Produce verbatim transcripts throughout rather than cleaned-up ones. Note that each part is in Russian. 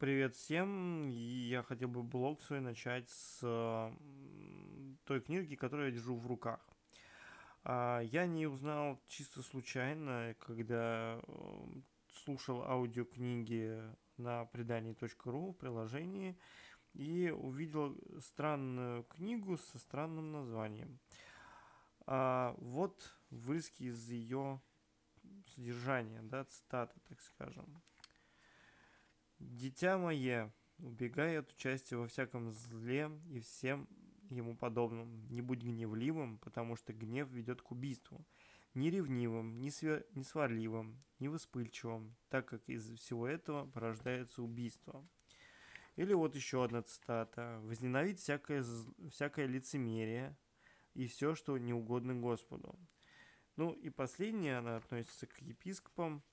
Привет всем! И я хотел бы блог свой начать с м, той книги, которую я держу в руках. А, Я не узнал чисто случайно, когда м, слушал аудиокниги на предании точка ру в приложении и увидел странную книгу со странным названием. А, Вот вырезки из ее содержания, да, цитата, так скажем. Дитя мое, убегай от участия во всяком зле и всем ему подобном. Не будь гневливым, потому что гнев ведет к убийству. Не ревнивым, не, све- не сварливым, не вспыльчивым, так как из всего этого порождается убийство. Или вот еще одна цитата. «Возненавидь всякое, зл- всякое лицемерие и все, что не угодно Господу». Ну и последняя, она относится к епископам.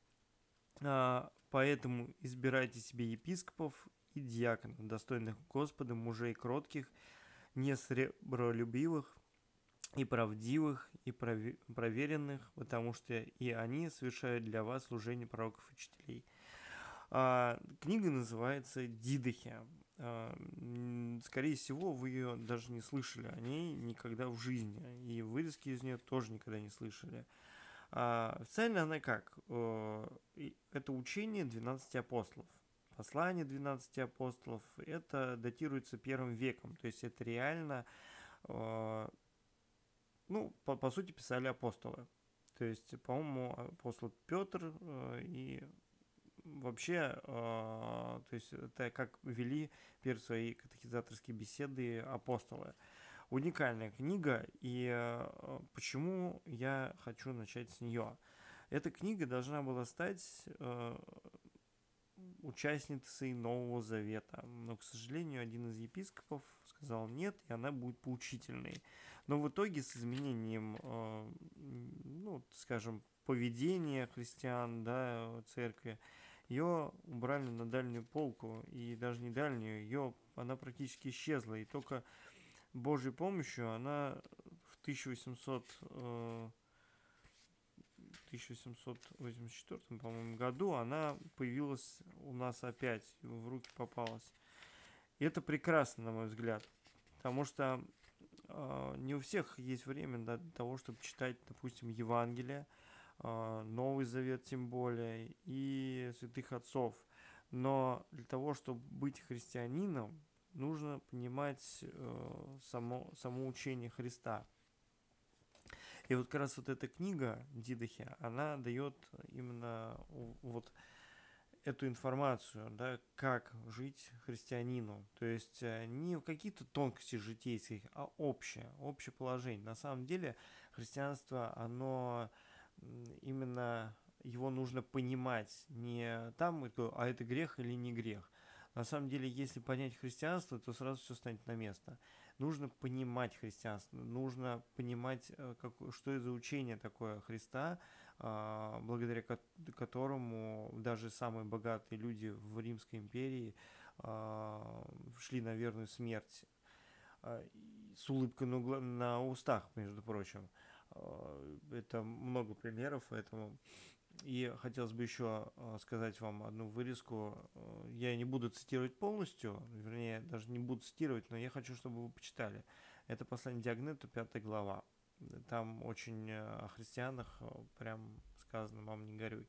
А, Поэтому избирайте себе епископов и диаконов, достойных Господа, мужей кротких, не сребролюбивых и правдивых, и прове- проверенных, потому что и они совершают для вас служение пророков и учителей. А, книга называется «Дидахи». А, м, скорее всего, вы ее даже не слышали о ней никогда в жизни, и вырезки из нее тоже никогда не слышали. А, официально она как? Э, и Это учение двенадцати апостолов. Послание двенадцати апостолов, это датируется первым веком, то есть это реально, э, ну, по, по сути, писали апостолы. То есть, по-моему, апостол Петр э, и вообще, э, то есть это как вели первые свои катехизаторские беседы апостолы. Уникальная книга, и э, почему я хочу начать с нее? Эта книга должна была стать э, участницей Нового Завета, но, к сожалению, один из епископов сказал нет, и она будет поучительной. Но в итоге с изменением, э, ну, скажем, поведения христиан, да, церкви, ее убрали на дальнюю полку, и даже не дальнюю, ее, она практически исчезла, и только Божьей помощью она в тысяча восемьсот э, тысяча семьсот восемьдесят четвёртом, по-моему, году она появилась у нас опять, в руки попалась. И это прекрасно, на мой взгляд, потому что э, не у всех есть время для того, чтобы читать, допустим, Евангелие, э, Новый Завет тем более, и святых отцов. Но для того, чтобы быть христианином, нужно понимать э, само, само учение Христа. И вот как раз вот эта книга Дидахи, она дает именно вот эту информацию, да, как жить христианину. То есть э, не какие-то тонкости житейских, а общее, общее положение. На самом деле христианство, оно именно его нужно понимать не там, а это грех или не грех. На самом деле, если понять христианство, то сразу все станет на место. Нужно понимать христианство, нужно понимать, э, как, что это за учение такое Христа, а, благодаря ко- которому даже самые богатые люди в Римской империи а, шли на верную смерть а, с улыбкой на, угла- на устах, между прочим. А, Это много примеров этому. И хотелось бы еще э, сказать вам одну вырезку. Э, Я не буду цитировать полностью, вернее, даже не буду цитировать, но я хочу, чтобы вы почитали. Это послание Диагнету, пятая глава. Там очень э, о христианах э, прям сказано, мам, не горюй.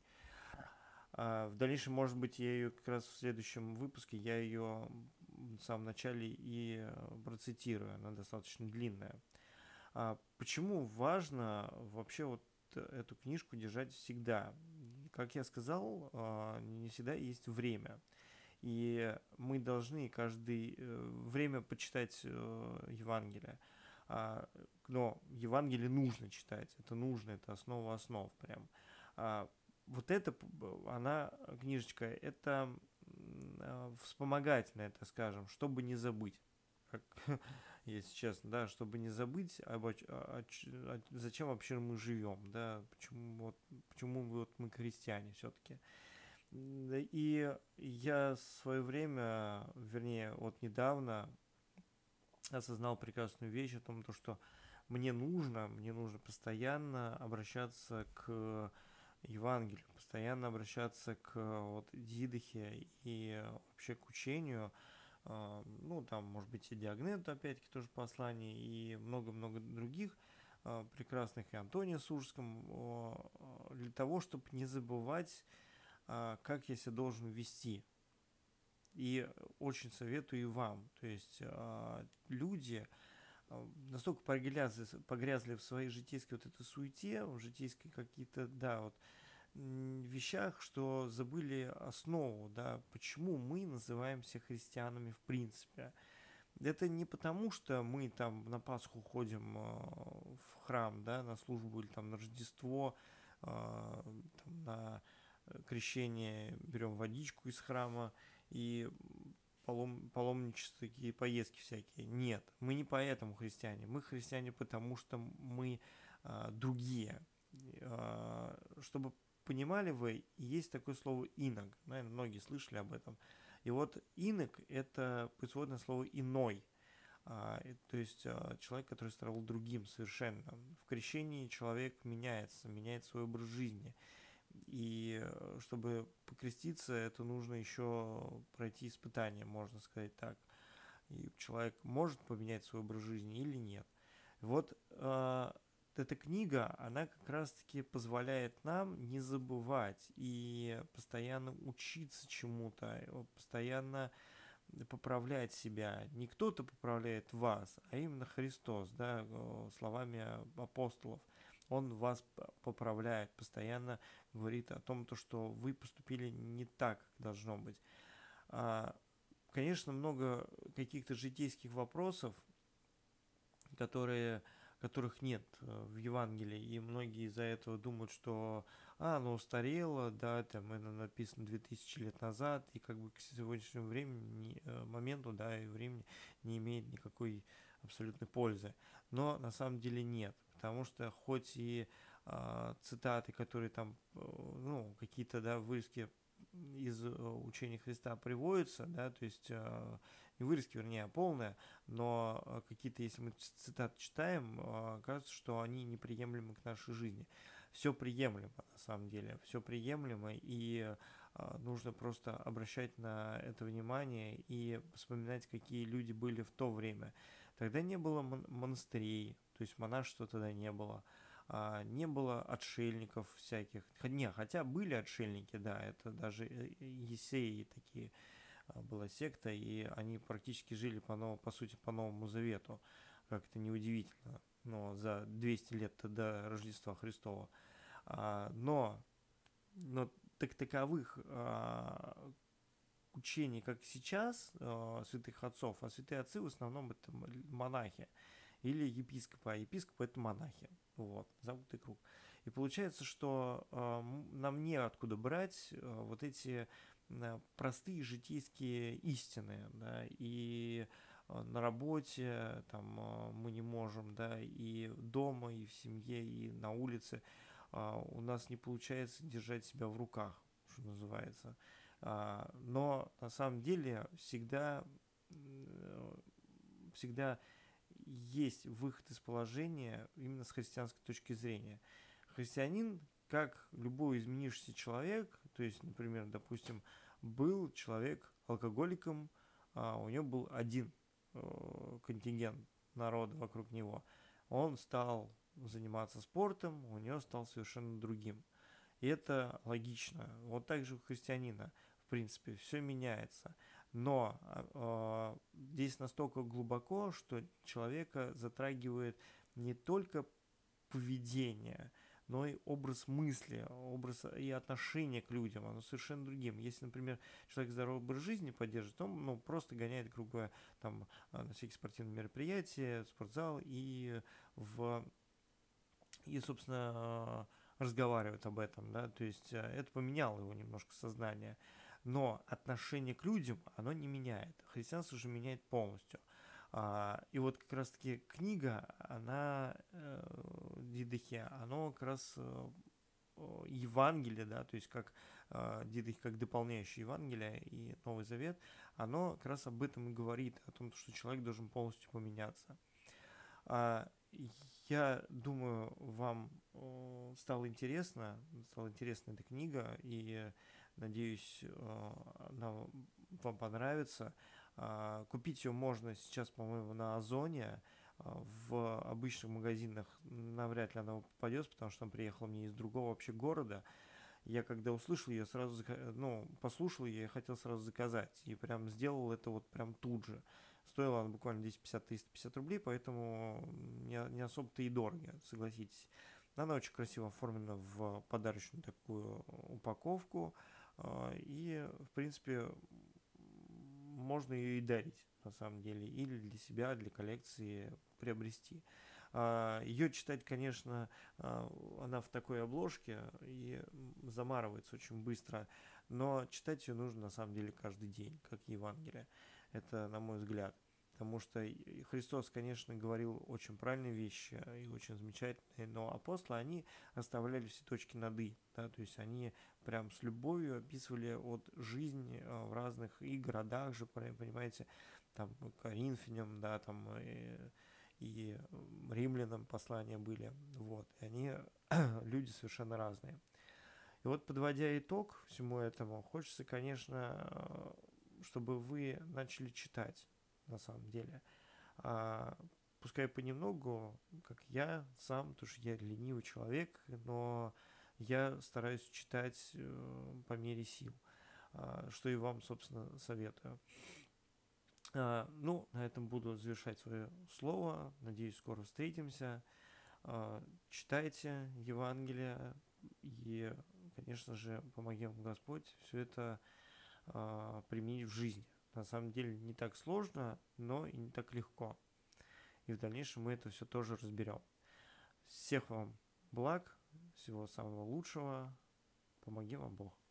А в дальнейшем, может быть, я ее как раз в следующем выпуске, я ее в самом начале и э, процитирую. Она достаточно длинная. А почему важно вообще вот эту книжку держать всегда? Как я сказал, а, не всегда есть время. И мы должны каждое время почитать э, Евангелие. А, Но Евангелие нужно читать. Это нужно, это основа основ прям. А, Вот эта, п- б- она, книжечка, это м, а, вспомогательная, так скажем, чтобы не забыть. Как, если честно, да, чтобы не забыть, об, оч- о- оч- о- зачем вообще мы живем, да, почему, вот, почему вот мы крестьяне все-таки. Да. И я в свое время, вернее, вот недавно осознал прекрасную вещь о том, то, что мне нужно, мне нужно постоянно обращаться к Евангелию, постоянно обращаться к э, вот дидахе и э, вообще к учению. А, ну, там, может быть, и Диогнет, опять-таки, тоже послание, и много-много других а, прекрасных, и Антония Сурском, о, а, для того, чтобы не забывать, а, как я себя должен вести. И очень советую и вам. То есть а, люди а, настолько погрязли, погрязли в своей житейской вот этой суете, в житейской какие-то, да, вот м, вещах, что забыли основу, да, почему мы называемся христианами в принципе. Это не потому, что мы там на Пасху ходим э, в храм, да, на службу или там на Рождество, э, там, на э, крещение берем водичку из храма и палом, паломничество, такие поездки всякие. Нет, мы не поэтому христиане. Мы христиане, потому что мы э, другие. Э, чтобы понимали вы, есть такое слово инок. Наверное, многие слышали об этом. И вот инок – это производное слово иной, а, и- то есть а, человек, который стал другим совершенно. В крещении человек меняется, меняет свой образ жизни. И э, чтобы покреститься, это нужно еще пройти испытание, можно сказать так. И человек может поменять свой образ жизни или нет. Вот э, эта книга, она как раз-таки позволяет нам не забывать и постоянно учиться чему-то, э, постоянно поправлять себя. Не кто-то поправляет вас, а именно Христос, да, э, словами апостолов. Он вас п- поправляет, постоянно говорит о том, то, что вы поступили не так, как должно быть. А, конечно, много каких-то житейских вопросов, которые, которых нет э, в Евангелии, и многие из-за этого думают, что а, оно устарело, да, там это написано две тысячи лет назад, и как бы к сегодняшнему времени, не- э, моменту, да, и времени не имеет никакой абсолютной пользы. Но на самом деле нет, потому что хоть и а, цитаты, которые там, э, ну, какие-то, да, вырезки из э, учения Христа приводятся, да, то есть э, не вырезки, вернее, а полное, но э, какие-то, если мы цитаты читаем, э, кажется, что они неприемлемы к нашей жизни. Все приемлемо, на самом деле, все приемлемо, и э, нужно просто обращать на это внимание и вспоминать, какие люди были в то время. Тогда не было мон- монастырей, то есть монашества тогда не было, а, не было отшельников всяких. Х- Не, хотя были отшельники, да, это даже э, есеи такие а, была секта, и они практически жили по, новому, по сути по Новому Завету, как это неудивительно, но за двести лет до Рождества Христова. А, но, но так таковых а, учений, как сейчас, а, святых отцов, а святые отцы в основном это монахи или епископы, а епископы это монахи. Вот, замкнутый круг. И получается, что э, нам неоткуда брать э, вот эти э, простые житейские истины, да, и э, на работе там э, мы не можем, да, и дома, и в семье, и на улице э, у нас не получается держать себя в руках, что называется. А, но на самом деле всегда, э, всегда есть выход из положения именно с христианской точки зрения. Христианин, как любой изменившийся человек, то есть, например, допустим, был человек алкоголиком, а у него был один э, контингент народа вокруг него. Он стал заниматься спортом, у него стал совершенно другим. И это логично. Вот так же у христианина, в принципе, все меняется. Но э, здесь настолько глубоко, что человека затрагивает не только поведение, но и образ мысли, образ и отношение к людям, оно совершенно другим. Если, например, человек здоровый образ жизни поддерживает, он ну, просто гоняет, грубо говоря, там, э, на всякие спортивные мероприятия, в спортзал и в и, собственно, разговаривают об этом, да, то есть э, это поменяло его немножко сознание, но отношение к людям оно не меняет, христианство же меняет полностью. А, и вот как раз-таки книга, она, э, Дидахе, оно как раз э, Евангелие, да, то есть как э, Дидахе, как дополняющее Евангелие и Новый Завет, оно как раз об этом и говорит, о том, что человек должен полностью поменяться. А, Я думаю, вам э, стало интересно, стала интересна эта книга, и надеюсь, э, она вам понравится. А, Купить ее можно сейчас, по-моему, на Озоне. А, В обычных магазинах навряд ли она попадется, потому что она приехала мне из другого вообще города. Я когда услышал ее, сразу, заха- ну, послушал ее, я хотел сразу заказать. И прям сделал это вот прям тут же. Стоила она буквально двести пятьдесят триста пятьдесят рублей, поэтому не, не особо-то и дорого, согласитесь. Она очень красиво оформлена в подарочную такую упаковку. а, И, в принципе, можно ее и дарить, на самом деле. Или для себя, для коллекции приобрести. А, Ее читать, конечно, а, она в такой обложке и замарывается очень быстро, но читать ее нужно на самом деле каждый день, как Евангелие. Это, на мой взгляд. Потому что и Христос, конечно, говорил очень правильные вещи и очень замечательные, но апостолы, они оставляли все точки над «и», да, то есть они прям с любовью описывали вот жизнь а, в разных и городах же, понимаете, там Коринфянам, да, там и, и римлянам послания были, вот, и они люди совершенно разные. И вот, подводя итог всему этому, хочется, конечно, чтобы вы начали читать, на самом деле. А, Пускай понемногу, как я сам, потому что я ленивый человек, но я стараюсь читать э, по мере сил, а, что и вам, собственно, советую. А, ну, на этом буду завершать свое слово. Надеюсь, скоро встретимся. А, читайте Евангелие и, конечно же, помоги вам Господь все это а, применить в жизни. На самом деле не так сложно, но и не так легко. И в дальнейшем мы это все тоже разберем. Всех вам благ, всего самого лучшего. Помоги вам Бог.